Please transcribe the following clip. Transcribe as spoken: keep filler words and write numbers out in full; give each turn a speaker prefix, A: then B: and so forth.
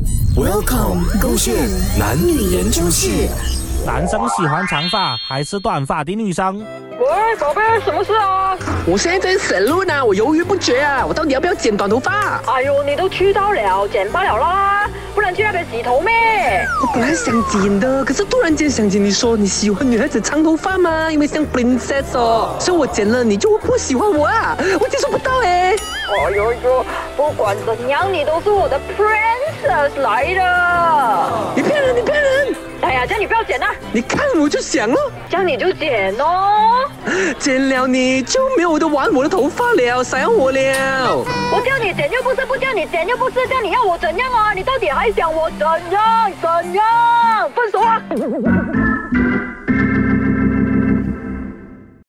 A: Welcome， 勾选男女研究室。
B: 男生喜欢长发还是短发的女生？
C: 喂，宝贝，什么事啊？
D: 我现在在审论啊，我犹豫不决啊，我到底要不要剪短头发？
C: 哎呦，你都去到了，剪罢了啦，不然去那边洗头咩？
D: 我本来想剪的，可是突然间想起你说你喜欢女孩子长头发嘛，因为像 princess 哦，所以我剪了你就不喜欢我啊，我接受不到哎。
C: 哎呦呦，不管怎样，你都是我的 princess 来的。
D: 你骗人，你骗人！
C: 哎呀，这样你不要剪啊！
D: 你看我就想哦，
C: 这样你就剪哦。
D: 剪了你就没有得玩我的头发了，闪我了。
C: 我叫你剪又不是，不叫你剪又不是，这样你要我怎样啊？你到底还想我怎样？怎样？分手啊！